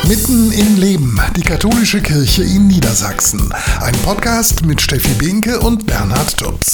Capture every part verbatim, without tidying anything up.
Mitten im Leben, die katholische Kirche in Niedersachsen. Ein Podcast mit Steffi Behnke und Bernhard Tubbs.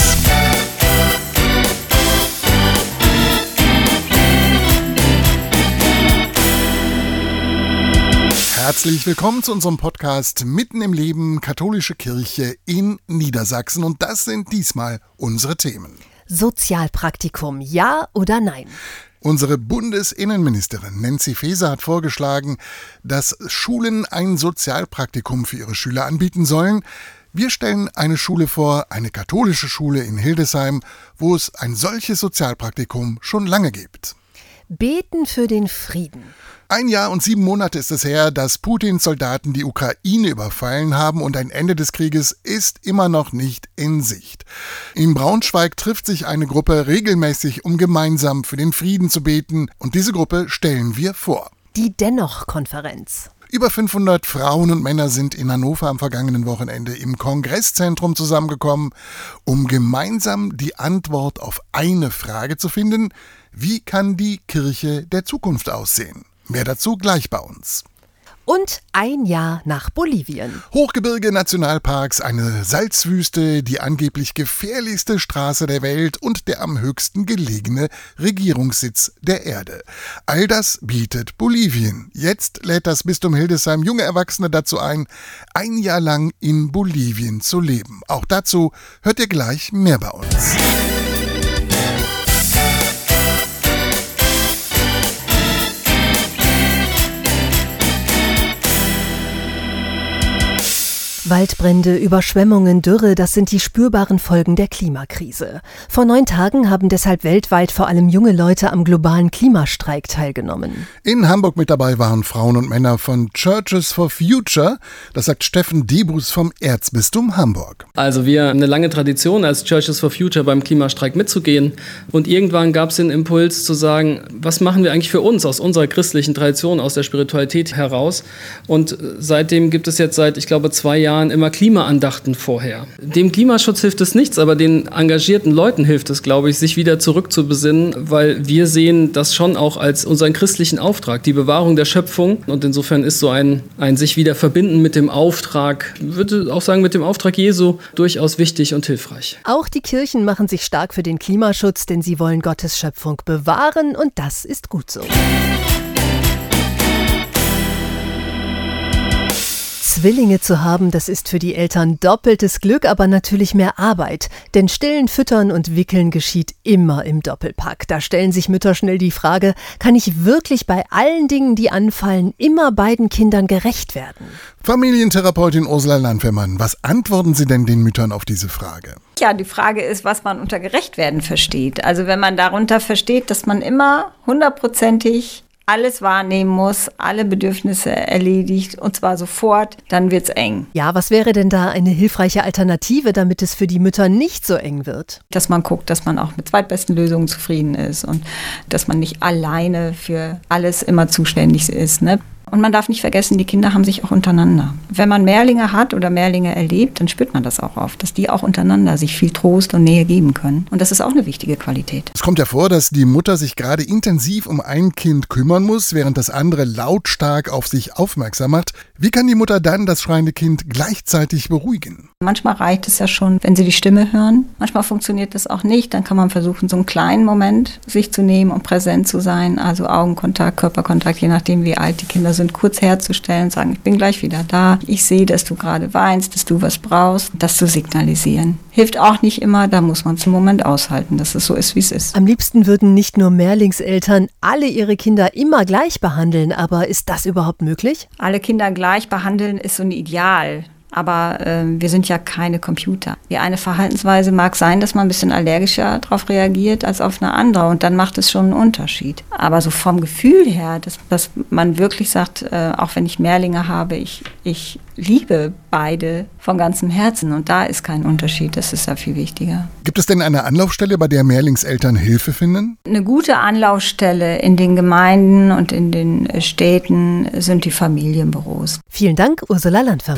Herzlich willkommen zu unserem Podcast Mitten im Leben, katholische Kirche in Niedersachsen. Und das sind diesmal unsere Themen. Sozialpraktikum, ja oder nein? Unsere Bundesinnenministerin Nancy Faeser hat vorgeschlagen, dass Schulen ein Sozialpraktikum für ihre Schüler anbieten sollen. Wir stellen eine Schule vor, eine katholische Schule in Hildesheim, wo es ein solches Sozialpraktikum schon lange gibt. Beten für den Frieden. Ein Jahr und sieben Monate ist es her, dass Putins Soldaten die Ukraine überfallen haben und ein Ende des Krieges ist immer noch nicht in Sicht. In Braunschweig trifft sich eine Gruppe regelmäßig, um gemeinsam für den Frieden zu beten, und diese Gruppe stellen wir vor. Die Dennoch-Konferenz. Über fünfhundert Frauen und Männer sind in Hannover am vergangenen Wochenende im Kongresszentrum zusammengekommen, um gemeinsam die Antwort auf eine Frage zu finden: Wie kann die Kirche der Zukunft aussehen? Mehr dazu gleich bei uns. Und ein Jahr nach Bolivien. Hochgebirge, Nationalparks, eine Salzwüste, die angeblich gefährlichste Straße der Welt und der am höchsten gelegene Regierungssitz der Erde. All das bietet Bolivien. Jetzt lädt das Bistum Hildesheim junge Erwachsene dazu ein, ein Jahr lang in Bolivien zu leben. Auch dazu hört ihr gleich mehr bei uns. Waldbrände, Überschwemmungen, Dürre, das sind die spürbaren Folgen der Klimakrise. Vor neun Tagen haben deshalb weltweit vor allem junge Leute am globalen Klimastreik teilgenommen. In Hamburg mit dabei waren Frauen und Männer von Churches for Future. Das sagt Steffen Debus vom Erzbistum Hamburg. Also wir haben eine lange Tradition als Churches for Future beim Klimastreik mitzugehen. Und irgendwann gab es den Impuls zu sagen, was machen wir eigentlich für uns aus unserer christlichen Tradition, aus der Spiritualität heraus. Und seitdem gibt es jetzt seit, ich glaube, zwei Jahren immer Klimaandachten vorher. Dem Klimaschutz hilft es nichts, aber den engagierten Leuten hilft es, glaube ich, sich wieder zurückzubesinnen, weil wir sehen das schon auch als unseren christlichen Auftrag, die Bewahrung der Schöpfung. Und insofern ist so ein, ein sich wieder verbinden mit dem Auftrag, ich würde auch sagen mit dem Auftrag Jesu, durchaus wichtig und hilfreich. Auch die Kirchen machen sich stark für den Klimaschutz, denn sie wollen Gottes Schöpfung bewahren, und das ist gut so. Zwillinge zu haben, das ist für die Eltern doppeltes Glück, aber natürlich mehr Arbeit. Denn Stillen, Füttern und Wickeln geschieht immer im Doppelpack. Da stellen sich Mütter schnell die Frage, kann ich wirklich bei allen Dingen, die anfallen, immer beiden Kindern gerecht werden? Familientherapeutin Ursula Landwehrmann, was antworten Sie denn den Müttern auf diese Frage? Ja, die Frage ist, was man unter Gerechtwerden versteht. Also wenn man darunter versteht, dass man immer hundertprozentig alles wahrnehmen muss, alle Bedürfnisse erledigt, und zwar sofort, dann wird's eng. Ja, was wäre denn da eine hilfreiche Alternative, damit es für die Mütter nicht so eng wird? Dass man guckt, dass man auch mit zweitbesten Lösungen zufrieden ist und dass man nicht alleine für alles immer zuständig ist, ne? Und man darf nicht vergessen, die Kinder haben sich auch untereinander. Wenn man Mehrlinge hat oder Mehrlinge erlebt, dann spürt man das auch oft, dass die auch untereinander sich viel Trost und Nähe geben können. Und das ist auch eine wichtige Qualität. Es kommt ja vor, dass die Mutter sich gerade intensiv um ein Kind kümmern muss, während das andere lautstark auf sich aufmerksam macht. Wie kann die Mutter dann das schreiende Kind gleichzeitig beruhigen? Manchmal reicht es ja schon, wenn sie die Stimme hören. Manchmal funktioniert das auch nicht. Dann kann man versuchen, so einen kleinen Moment sich zu nehmen und präsent zu sein. Also Augenkontakt, Körperkontakt, je nachdem, wie alt die Kinder sind, kurz herzustellen, sagen, ich bin gleich wieder da. Ich sehe, dass du gerade weinst, dass du was brauchst. Das zu signalisieren. Hilft auch nicht immer, da muss man es einen Moment aushalten, dass es so ist, wie es ist. Am liebsten würden nicht nur Mehrlingseltern alle ihre Kinder immer gleich behandeln, aber ist das überhaupt möglich? Alle Kinder gleich behandeln ist so ein Ideal. Aber äh, wir sind ja keine Computer. Die eine Verhaltensweise mag sein, dass man ein bisschen allergischer darauf reagiert als auf eine andere. Und dann macht es schon einen Unterschied. Aber so vom Gefühl her, dass, dass man wirklich sagt, äh, auch wenn ich Mehrlinge habe, ich, ich liebe beide von ganzem Herzen. Und da ist kein Unterschied. Das ist ja viel wichtiger. Gibt es denn eine Anlaufstelle, bei der Mehrlingseltern Hilfe finden? Eine gute Anlaufstelle in den Gemeinden und in den Städten sind die Familienbüros. Vielen Dank, Ursula Landwehrmann.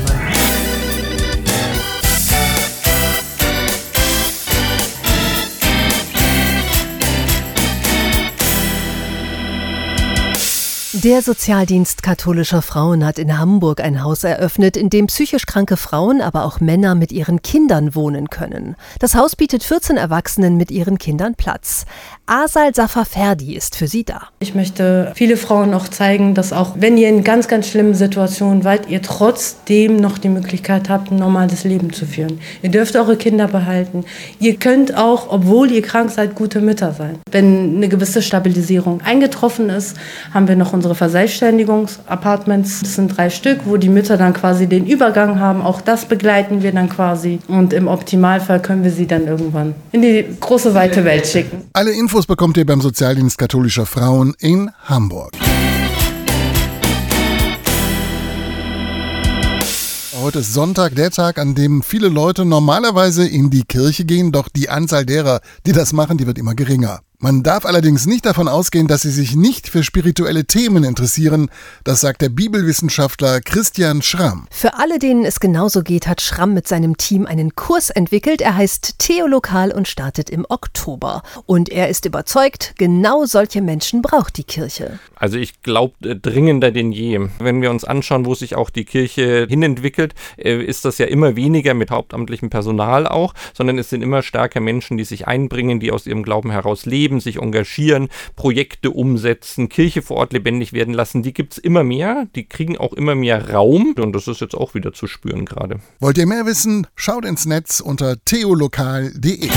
Der Sozialdienst katholischer Frauen hat in Hamburg ein Haus eröffnet, in dem psychisch kranke Frauen, aber auch Männer mit ihren Kindern wohnen können. Das Haus bietet vierzehn Erwachsenen mit ihren Kindern Platz. Asal Safaferdi ist für sie da. Ich möchte viele Frauen auch zeigen, dass auch wenn ihr in ganz, ganz schlimmen Situationen seid, ihr trotzdem noch die Möglichkeit habt, ein normales Leben zu führen. Ihr dürft eure Kinder behalten. Ihr könnt auch, obwohl ihr krank seid, gute Mütter sein. Wenn eine gewisse Stabilisierung eingetroffen ist, haben wir noch unsere Verselbstständigungs-Apartments. Das sind drei Stück, wo die Mütter dann quasi den Übergang haben. Auch das begleiten wir dann quasi. Und im Optimalfall können wir sie dann irgendwann in die große, weite Welt schicken. Alle Infos bekommt ihr beim Sozialdienst katholischer Frauen in Hamburg. Heute ist Sonntag, der Tag, an dem viele Leute normalerweise in die Kirche gehen, doch die Anzahl derer, die das machen, die wird immer geringer. Man darf allerdings nicht davon ausgehen, dass sie sich nicht für spirituelle Themen interessieren. Das sagt der Bibelwissenschaftler Christian Schramm. Für alle, denen es genauso geht, hat Schramm mit seinem Team einen Kurs entwickelt. Er heißt Theolokal und startet im Oktober. Und er ist überzeugt, genau solche Menschen braucht die Kirche. Also ich glaube dringender denn je. Wenn wir uns anschauen, wo sich auch die Kirche hinentwickelt, ist das ja immer weniger mit hauptamtlichem Personal auch, sondern es sind immer stärker Menschen, die sich einbringen, die aus ihrem Glauben heraus leben, sich engagieren, Projekte umsetzen, Kirche vor Ort lebendig werden lassen. Die gibt es immer mehr, die kriegen auch immer mehr Raum und das ist jetzt auch wieder zu spüren gerade. Wollt ihr mehr wissen? Schaut ins Netz unter theolokal punkt de.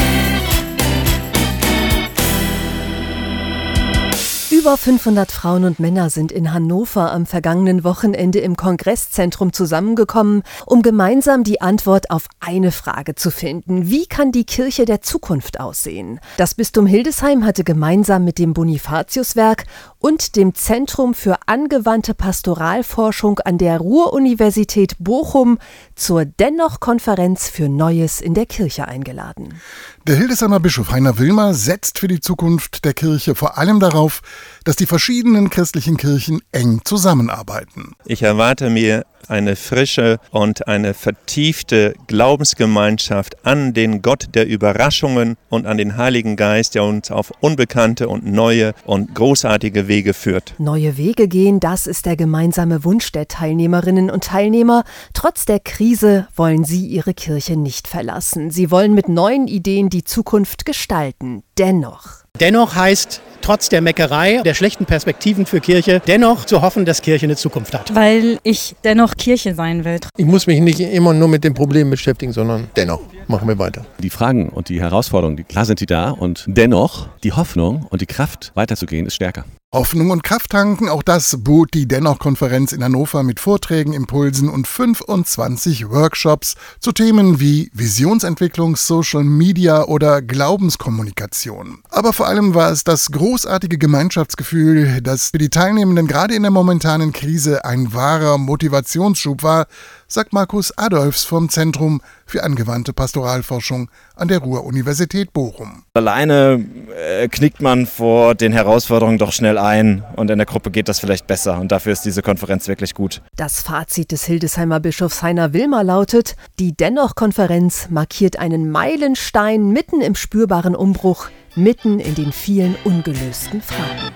Über fünfhundert Frauen und Männer sind in Hannover am vergangenen Wochenende im Kongresszentrum zusammengekommen, um gemeinsam die Antwort auf eine Frage zu finden. Wie kann die Kirche der Zukunft aussehen? Das Bistum Hildesheim hatte gemeinsam mit dem Bonifatiuswerk und dem Zentrum für angewandte Pastoralforschung an der Ruhr-Universität Bochum zur Dennoch-Konferenz für Neues in der Kirche eingeladen. Der Hildesheimer Bischof Heiner Wilmer setzt für die Zukunft der Kirche vor allem darauf, dass die verschiedenen christlichen Kirchen eng zusammenarbeiten. Ich erwarte mir eine frische und eine vertiefte Glaubensgemeinschaft an den Gott der Überraschungen und an den Heiligen Geist, der uns auf unbekannte und neue und großartige Wege führt. Neue Wege gehen, das ist der gemeinsame Wunsch der Teilnehmerinnen und Teilnehmer. Trotz der Krise wollen sie ihre Kirche nicht verlassen. Sie wollen mit neuen Ideen die Zukunft gestalten. Dennoch. Dennoch heißt, trotz der Meckerei, der schlechten Perspektiven für Kirche, dennoch zu hoffen, dass Kirche eine Zukunft hat. Weil ich dennoch Kirche sein will. Ich muss mich nicht immer nur mit den Problemen beschäftigen, sondern dennoch machen wir weiter. Die Fragen und die Herausforderungen, die, klar sind die da und dennoch die Hoffnung und die Kraft weiterzugehen ist stärker. Hoffnung und Kraft tanken, auch das bot die Dennoch-Konferenz in Hannover mit Vorträgen, Impulsen und fünfundzwanzig Workshops zu Themen wie Visionsentwicklung, Social Media oder Glaubenskommunikation. Aber vor allem war es das großartige Gemeinschaftsgefühl, das für die Teilnehmenden gerade in der momentanen Krise ein wahrer Motivationsschub war, sagt Markus Adolfs vom Zentrum für angewandte Pastoralforschung an der Ruhr-Universität Bochum. Alleine äh, knickt man vor den Herausforderungen doch schnell ein und in der Gruppe geht das vielleicht besser und dafür ist diese Konferenz wirklich gut. Das Fazit des Hildesheimer Bischofs Heiner Wilmer lautet: Die Dennoch-Konferenz markiert einen Meilenstein mitten im spürbaren Umbruch, mitten in den vielen ungelösten Fragen.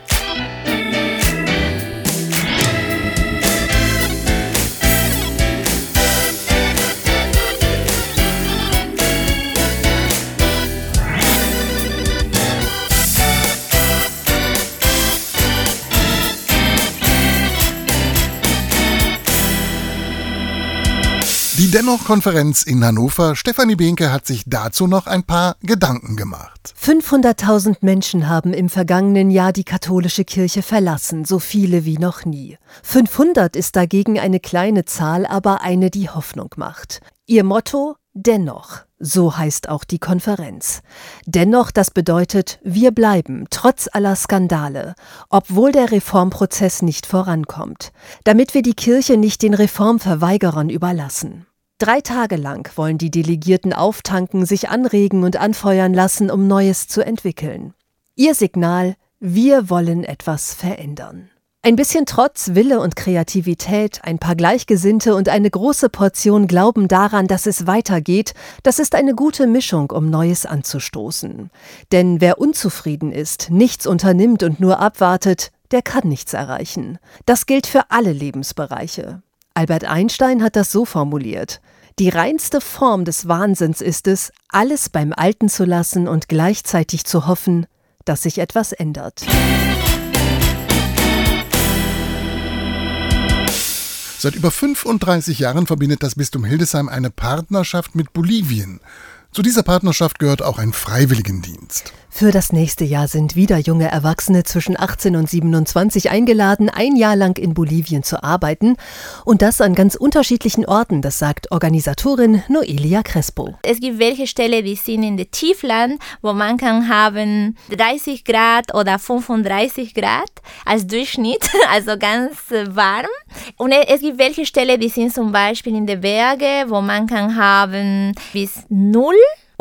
Die Dennoch-Konferenz in Hannover. Stefanie Behnke hat sich dazu noch ein paar Gedanken gemacht. fünfhunderttausend Menschen haben im vergangenen Jahr die katholische Kirche verlassen, so viele wie noch nie. fünfhundert ist dagegen eine kleine Zahl, aber eine, die Hoffnung macht. Ihr Motto: Dennoch. So heißt auch die Konferenz. Dennoch, das bedeutet, wir bleiben, trotz aller Skandale, obwohl der Reformprozess nicht vorankommt, damit wir die Kirche nicht den Reformverweigerern überlassen. Drei Tage lang wollen die Delegierten auftanken, sich anregen und anfeuern lassen, um Neues zu entwickeln. Ihr Signal: Wir wollen etwas verändern. Ein bisschen Trotz, Wille und Kreativität, ein paar Gleichgesinnte und eine große Portion Glauben daran, dass es weitergeht, das ist eine gute Mischung, um Neues anzustoßen. Denn wer unzufrieden ist, nichts unternimmt und nur abwartet, der kann nichts erreichen. Das gilt für alle Lebensbereiche. Albert Einstein hat das so formuliert: Die reinste Form des Wahnsinns ist es, alles beim Alten zu lassen und gleichzeitig zu hoffen, dass sich etwas ändert. Seit über fünfunddreißig Jahren verbindet das Bistum Hildesheim eine Partnerschaft mit Bolivien. Zu dieser Partnerschaft gehört auch ein Freiwilligendienst. Für das nächste Jahr sind wieder junge Erwachsene zwischen achtzehn und siebenundzwanzig eingeladen, ein Jahr lang in Bolivien zu arbeiten. Und das an ganz unterschiedlichen Orten, das sagt Organisatorin Noelia Crespo. Es gibt welche Stellen, die sind in der Tiefland, wo man kann haben dreißig Grad oder fünfunddreißig Grad als Durchschnitt, also ganz warm. Und es gibt welche Stellen, die sind zum Beispiel in den Bergen, wo man kann haben bis null.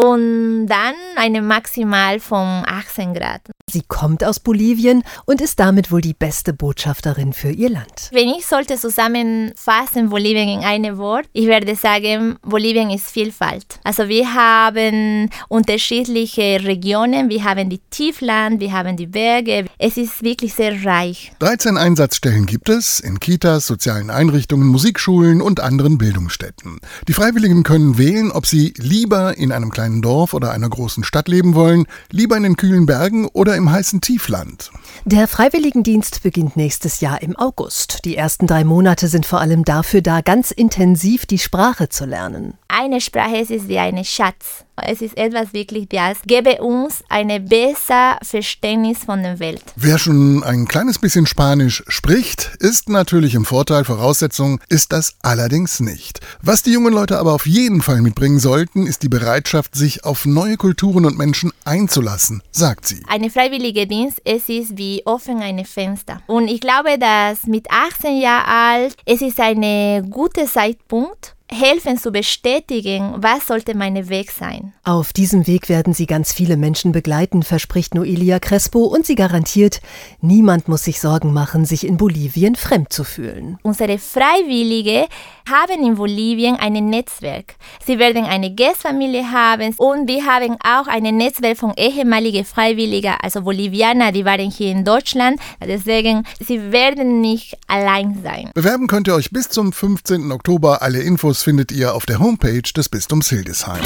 Und dann eine Maximal von achtzehn Grad. Sie kommt aus Bolivien und ist damit wohl die beste Botschafterin für ihr Land. Wenn ich sollte zusammenfassen Bolivien in einem Wort, ich werde sagen, Bolivien ist Vielfalt. Also wir haben unterschiedliche Regionen, wir haben die Tiefland, wir haben die Berge. Es ist wirklich sehr reich. dreizehn Einsatzstellen gibt es in Kitas, sozialen Einrichtungen, Musikschulen und anderen Bildungsstätten. Die Freiwilligen können wählen, ob sie lieber in einem kleinen Dorf oder einer großen Stadt leben wollen, lieber in den kühlen Bergen oder im heißen Tiefland. Der Freiwilligendienst beginnt nächstes Jahr im August. Die ersten drei Monate sind vor allem dafür da, ganz intensiv die Sprache zu lernen. Eine Sprache ist wie ein Schatz. Es ist etwas wirklich, das gebe uns ein besseres Verständnis von der Welt. Wer schon ein kleines bisschen Spanisch spricht, ist natürlich im Vorteil. Voraussetzung ist das allerdings nicht. Was die jungen Leute aber auf jeden Fall mitbringen sollten, ist die Bereitschaft, sich auf neue Kulturen und Menschen einzulassen, sagt sie. Eine freiwillige Dienst, es ist wie offen ein Fenster. Und ich glaube, dass mit achtzehn Jahren alt, es ist ein guter Zeitpunkt, helfen zu bestätigen, was sollte mein Weg sein. Auf diesem Weg werden sie ganz viele Menschen begleiten, verspricht Noelia Crespo, und sie garantiert, niemand muss sich Sorgen machen, sich in Bolivien fremd zu fühlen. Unsere Freiwillige haben in Bolivien ein Netzwerk. Sie werden eine Gastfamilie haben und wir haben auch ein Netzwerk von ehemaligen Freiwilligen, also Bolivianer, die waren hier in Deutschland. Deswegen, sie werden nicht allein sein. Bewerben könnt ihr euch bis zum fünfzehnten Oktober. Alle Infos findet ihr auf der Homepage des Bistums Hildesheim.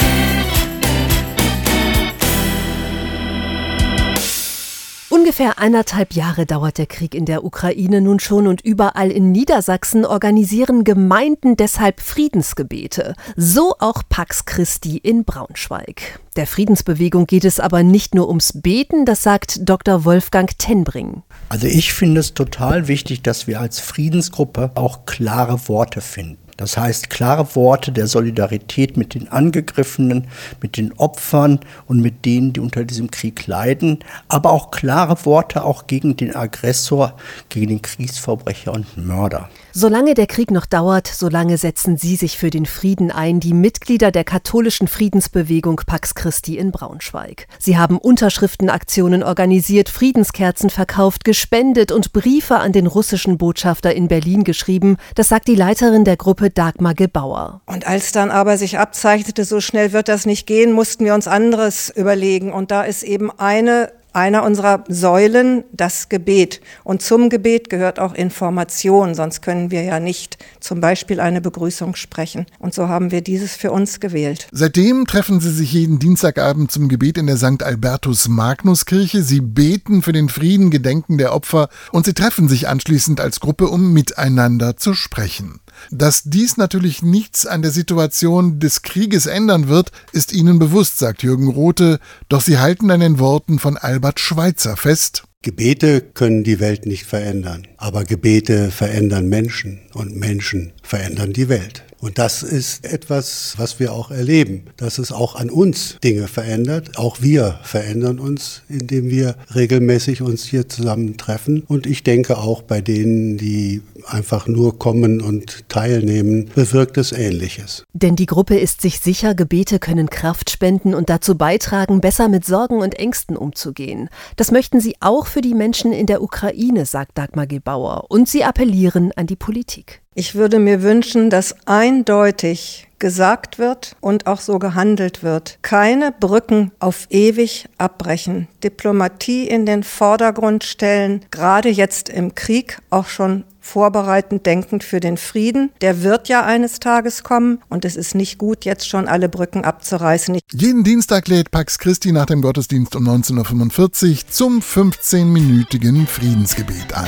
Ungefähr eineinhalb Jahre dauert der Krieg in der Ukraine nun schon und überall in Niedersachsen organisieren Gemeinden deshalb Friedensgebete. So auch Pax Christi in Braunschweig. Der Friedensbewegung geht es aber nicht nur ums Beten, das sagt Doktor Wolfgang Tenbring. Also ich finde es total wichtig, dass wir als Friedensgruppe auch klare Worte finden. Das heißt, klare Worte der Solidarität mit den Angegriffenen, mit den Opfern und mit denen, die unter diesem Krieg leiden, aber auch klare Worte auch gegen den Aggressor, gegen den Kriegsverbrecher und Mörder. Solange der Krieg noch dauert, solange setzen Sie sich für den Frieden ein, die Mitglieder der katholischen Friedensbewegung Pax Christi in Braunschweig. Sie haben Unterschriftenaktionen organisiert, Friedenskerzen verkauft, gespendet und Briefe an den russischen Botschafter in Berlin geschrieben. Das sagt die Leiterin der Gruppe Dagmar Gebauer. Und als dann aber sich abzeichnete, so schnell wird das nicht gehen, mussten wir uns anderes überlegen. Und da ist eben eine Einer unserer Säulen das Gebet. Und zum Gebet gehört auch Information, sonst können wir ja nicht zum Beispiel eine Begrüßung sprechen. Und so haben wir dieses für uns gewählt. Seitdem treffen sie sich jeden Dienstagabend zum Gebet in der Sankt Albertus Magnus Kirche. Sie beten für den Frieden, gedenken der Opfer und sie treffen sich anschließend als Gruppe, um miteinander zu sprechen. Dass dies natürlich nichts an der Situation des Krieges ändern wird, ist ihnen bewusst, sagt Jürgen Rothe. Doch sie halten an den Worten von Albert Schweitzer fest. Gebete können die Welt nicht verändern, aber Gebete verändern Menschen und Menschen verändern die Welt. Und das ist etwas, was wir auch erleben, dass es auch an uns Dinge verändert. Auch wir verändern uns, indem wir regelmäßig uns hier zusammentreffen. Und ich denke auch bei denen, die einfach nur kommen und teilnehmen, bewirkt es Ähnliches. Denn die Gruppe ist sich sicher, Gebete können Kraft spenden und dazu beitragen, besser mit Sorgen und Ängsten umzugehen. Das möchten sie auch für die Menschen in der Ukraine, sagt Dagmar Gebauer. Und sie appellieren an die Politik. Ich würde mir wünschen, dass eindeutig gesagt wird und auch so gehandelt wird. Keine Brücken auf ewig abbrechen. Diplomatie in den Vordergrund stellen, gerade jetzt im Krieg auch schon vorbereitend denkend für den Frieden. Der wird ja eines Tages kommen und es ist nicht gut, jetzt schon alle Brücken abzureißen. Jeden Dienstag lädt Pax Christi nach dem Gottesdienst um neunzehn Uhr fünfundvierzig zum fünfzehnminütigen Friedensgebet ein.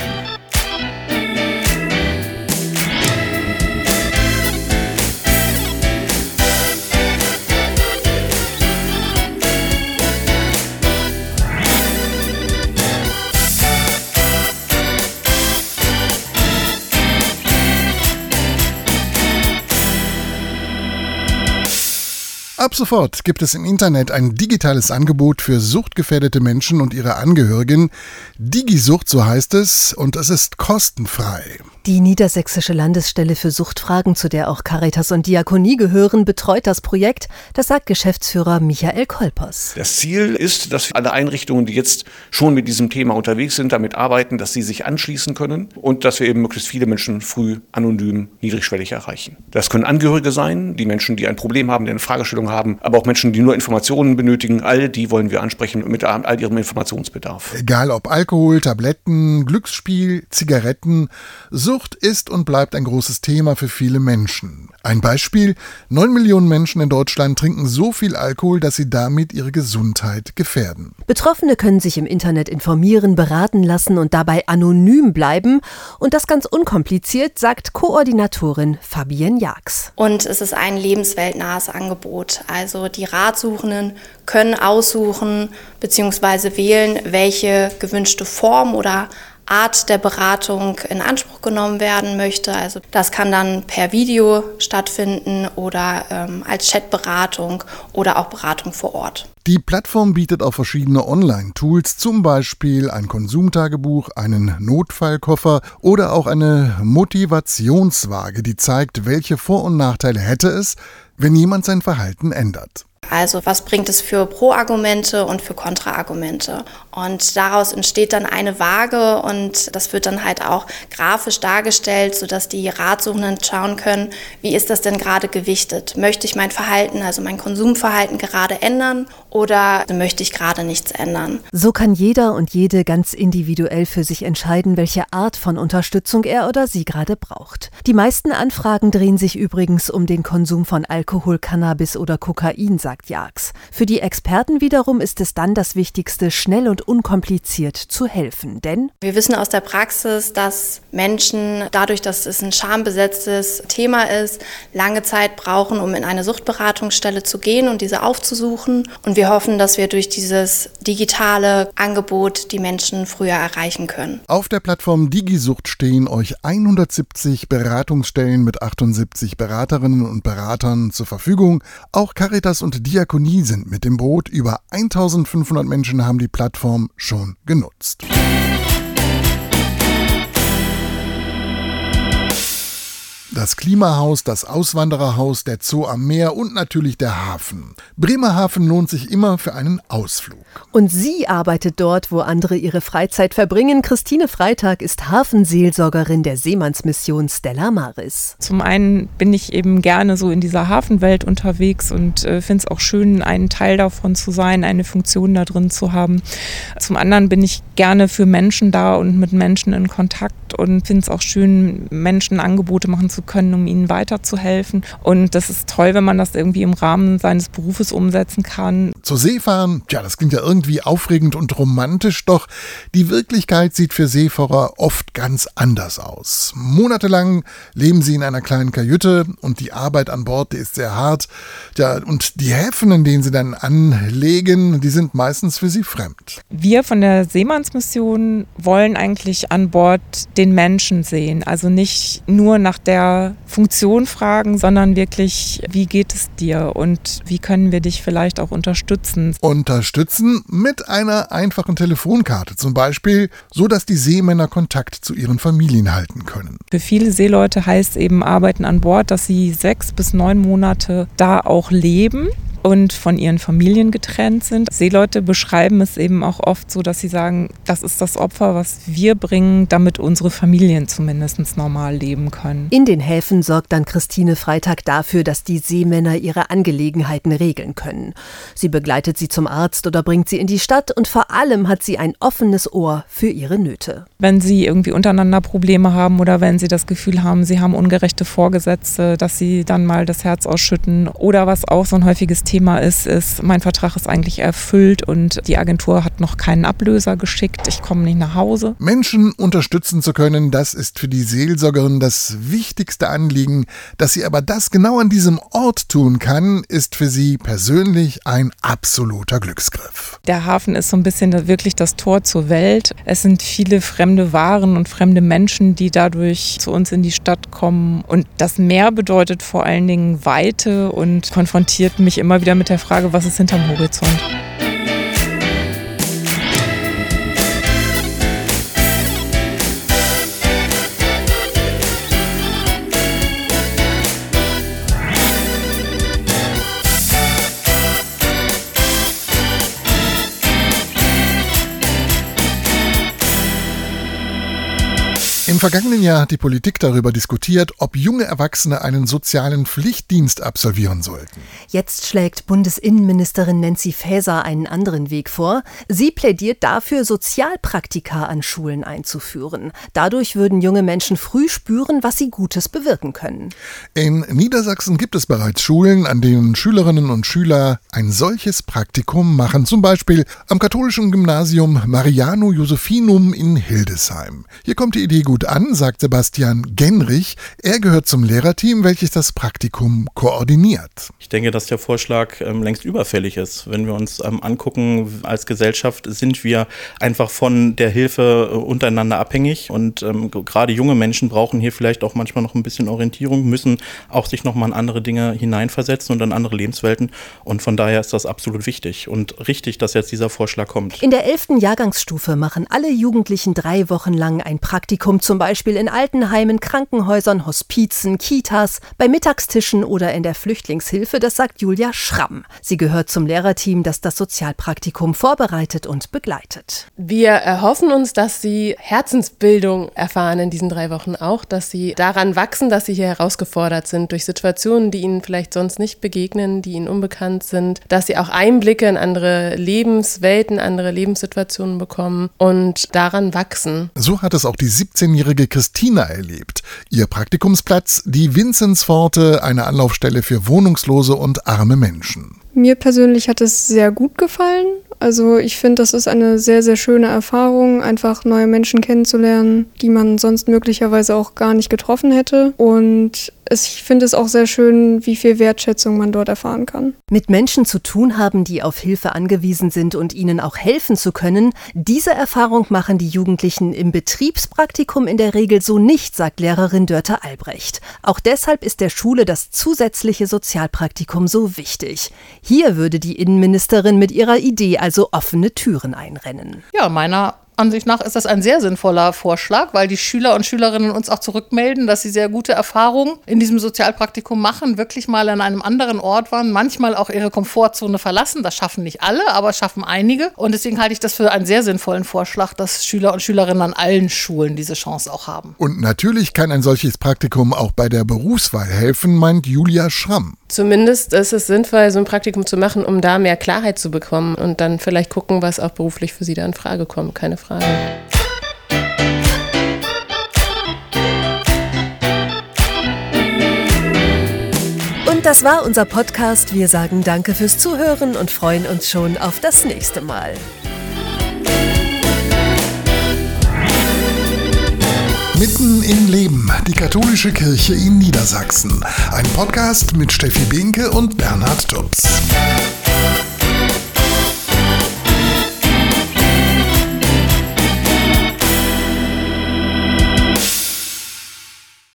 Ab sofort gibt es im Internet ein digitales Angebot für suchtgefährdete Menschen und ihre Angehörigen. Digisucht, so heißt es, und es ist kostenfrei. Die Niedersächsische Landesstelle für Suchtfragen, zu der auch Caritas und Diakonie gehören, betreut das Projekt. Das sagt Geschäftsführer Michael Kolpers. Das Ziel ist, dass alle Einrichtungen, die jetzt schon mit diesem Thema unterwegs sind, damit arbeiten, dass sie sich anschließen können und dass wir eben möglichst viele Menschen früh, anonym, niedrigschwellig erreichen. Das können Angehörige sein, die Menschen, die ein Problem haben, die eine Fragestellung haben, aber auch Menschen, die nur Informationen benötigen. All die wollen wir ansprechen mit all ihrem Informationsbedarf. Egal ob Alkohol, Tabletten, Glücksspiel, Zigaretten, Sucht ist und bleibt ein großes Thema für viele Menschen. Ein Beispiel: neun Millionen Menschen in Deutschland trinken so viel Alkohol, dass sie damit ihre Gesundheit gefährden. Betroffene können sich im Internet informieren, beraten lassen und dabei anonym bleiben. Und das ganz unkompliziert, sagt Koordinatorin Fabienne Jax. Und es ist ein lebensweltnahes Angebot. Also die Ratsuchenden können aussuchen bzw. wählen, welche gewünschte Form oder Art der Beratung in Anspruch genommen werden möchte. Also das kann dann per Video stattfinden oder ähm, als Chatberatung oder auch Beratung vor Ort. Die Plattform bietet auch verschiedene Online-Tools, zum Beispiel ein Konsumtagebuch, einen Notfallkoffer oder auch eine Motivationswaage, die zeigt, welche Vor- und Nachteile hätte es, wenn jemand sein Verhalten ändert. Also was bringt es für Pro-Argumente und für Kontra-Argumente? Und daraus entsteht dann eine Waage und das wird dann halt auch grafisch dargestellt, sodass die Ratsuchenden schauen können, wie ist das denn gerade gewichtet? Möchte ich mein Verhalten, also mein Konsumverhalten gerade ändern oder möchte ich gerade nichts ändern? So kann jeder und jede ganz individuell für sich entscheiden, welche Art von Unterstützung er oder sie gerade braucht. Die meisten Anfragen drehen sich übrigens um den Konsum von Alkohol, Cannabis oder Kokain, sagt Jax. Für die Experten wiederum ist es dann das Wichtigste, schnell und unkompliziert zu helfen, denn wir wissen aus der Praxis, dass Menschen, dadurch, dass es ein schambesetztes Thema ist, lange Zeit brauchen, um in eine Suchtberatungsstelle zu gehen und diese aufzusuchen. Und wir hoffen, dass wir durch dieses digitale Angebot die Menschen früher erreichen können. Auf der Plattform Digisucht stehen euch hundertsiebzig Beratungsstellen mit achtundsiebzig Beraterinnen und Beratern zur Verfügung. Auch Caritas und Diakonie sind mit im Boot. Über eintausendfünfhundert Menschen haben die Plattform schon genutzt. Das Klimahaus, das Auswandererhaus, der Zoo am Meer und natürlich der Hafen. Bremerhaven lohnt sich immer für einen Ausflug. Und sie arbeitet dort, wo andere ihre Freizeit verbringen. Christine Freitag ist Hafenseelsorgerin der Seemannsmission Stella Maris. Zum einen bin ich eben gerne so in dieser Hafenwelt unterwegs und äh, finde es auch schön, ein Teil davon zu sein, eine Funktion da drin zu haben. Zum anderen bin ich gerne für Menschen da und mit Menschen in Kontakt und finde es auch schön, Menschen Angebote machen zu können, um ihnen weiterzuhelfen. Und das ist toll, wenn man das irgendwie im Rahmen seines Berufes umsetzen kann. Zur See fahren, ja, das klingt ja irgendwie aufregend und romantisch, doch die Wirklichkeit sieht für Seefahrer oft ganz anders aus. Monatelang leben sie in einer kleinen Kajüte und die Arbeit an Bord, die ist sehr hart. Ja, und die Häfen, in denen sie dann anlegen, die sind meistens für sie fremd. Wir von der Seemannsmission wollen eigentlich an Bord den Menschen sehen. Also nicht nur nach der Funktion fragen, sondern wirklich, wie geht es dir und wie können wir dich vielleicht auch unterstützen? Unterstützen mit einer einfachen Telefonkarte zum Beispiel, so dass die Seemänner Kontakt zu ihren Familien halten können. Für viele Seeleute heißt eben Arbeiten an Bord, dass sie sechs bis neun Monate da auch leben. und von ihren Familien getrennt sind. Seeleute beschreiben es eben auch oft so, dass sie sagen, das ist das Opfer, was wir bringen, damit unsere Familien zumindest normal leben können. In den Häfen sorgt dann Christine Freitag dafür, dass die Seemänner ihre Angelegenheiten regeln können. Sie begleitet sie zum Arzt oder bringt sie in die Stadt und vor allem hat sie ein offenes Ohr für ihre Nöte. Wenn sie irgendwie untereinander Probleme haben oder wenn sie das Gefühl haben, sie haben ungerechte Vorgesetzte, dass sie dann mal das Herz ausschütten. Oder was auch so ein häufiges Thema ist, ist, mein Vertrag ist eigentlich erfüllt und die Agentur hat noch keinen Ablöser geschickt, ich komme nicht nach Hause. Menschen unterstützen zu können, das ist für die Seelsorgerin das wichtigste Anliegen. Dass sie aber das genau an diesem Ort tun kann, ist für sie persönlich ein absoluter Glücksgriff. Der Hafen ist so ein bisschen wirklich das Tor zur Welt. Es sind viele fremde Waren und fremde Menschen, die dadurch zu uns in die Stadt kommen. Und das Meer bedeutet vor allen Dingen Weite und konfrontiert mich immer wieder mit der Frage, was ist hinterm Horizont? Im vergangenen Jahr hat die Politik darüber diskutiert, ob junge Erwachsene einen sozialen Pflichtdienst absolvieren sollten. Jetzt schlägt Bundesinnenministerin Nancy Faeser einen anderen Weg vor. Sie plädiert dafür, Sozialpraktika an Schulen einzuführen. Dadurch würden junge Menschen früh spüren, was sie Gutes bewirken können. In Niedersachsen gibt es bereits Schulen, an denen Schülerinnen und Schüler ein solches Praktikum machen. Zum Beispiel am katholischen Gymnasium Mariano Josephinum in Hildesheim. Hier kommt die Idee gut an, sagt Sebastian Genrich. Er gehört zum Lehrerteam, welches das Praktikum koordiniert. Ich denke, dass der Vorschlag ähm, längst überfällig ist. Wenn wir uns ähm, angucken, als Gesellschaft sind wir einfach von der Hilfe äh, untereinander abhängig. Und ähm, gerade junge Menschen brauchen hier vielleicht auch manchmal noch ein bisschen Orientierung, müssen auch sich nochmal in andere Dinge hineinversetzen und in andere Lebenswelten. Und von daher ist das absolut wichtig und richtig, dass jetzt dieser Vorschlag kommt. In der elften Jahrgangsstufe machen alle Jugendlichen drei Wochen lang ein Praktikum, zum Beispiel in Altenheimen, Krankenhäusern, Hospizen, Kitas, bei Mittagstischen oder in der Flüchtlingshilfe, das sagt Julia Schramm. Sie gehört zum Lehrerteam, das das Sozialpraktikum vorbereitet und begleitet. Wir erhoffen uns, dass sie Herzensbildung erfahren in diesen drei Wochen auch, dass sie daran wachsen, dass sie hier herausgefordert sind durch Situationen, die ihnen vielleicht sonst nicht begegnen, die ihnen unbekannt sind, dass sie auch Einblicke in andere Lebenswelten, andere Lebenssituationen bekommen und daran wachsen. So hat es auch die siebzehnjährige Christina erlebt. Ihr Praktikumsplatz, die Vinzenzpforte, eine Anlaufstelle für wohnungslose und arme Menschen. Mir persönlich hat es sehr gut gefallen. Also ich finde, das ist eine sehr, sehr schöne Erfahrung, einfach neue Menschen kennenzulernen, die man sonst möglicherweise auch gar nicht getroffen hätte. Und ich finde es auch sehr schön, wie viel Wertschätzung man dort erfahren kann. Mit Menschen zu tun haben, die auf Hilfe angewiesen sind und ihnen auch helfen zu können, diese Erfahrung machen die Jugendlichen im Betriebspraktikum in der Regel so nicht, sagt Lehrerin Dörte Albrecht. Auch deshalb ist der Schule das zusätzliche Sozialpraktikum so wichtig. Hier würde die Innenministerin mit ihrer Idee also offene Türen einrennen. Ja, meiner Ansicht nach ist das ein sehr sinnvoller Vorschlag, weil die Schüler und Schülerinnen uns auch zurückmelden, dass sie sehr gute Erfahrungen in diesem Sozialpraktikum machen, wirklich mal an einem anderen Ort waren, manchmal auch ihre Komfortzone verlassen. Das schaffen nicht alle, aber schaffen einige. Und deswegen halte ich das für einen sehr sinnvollen Vorschlag, dass Schüler und Schülerinnen an allen Schulen diese Chance auch haben. Und natürlich kann ein solches Praktikum auch bei der Berufswahl helfen, meint Julia Schramm. Zumindest ist es sinnvoll, so ein Praktikum zu machen, um da mehr Klarheit zu bekommen und dann vielleicht gucken, was auch beruflich für sie da in Frage kommt. Keine Frage. Und das war unser Podcast. Wir sagen Danke fürs Zuhören und freuen uns schon auf das nächste Mal. Mitten im Leben, die katholische Kirche in Niedersachsen. Ein Podcast mit Steffi Behnke und Bernhard Tubbs.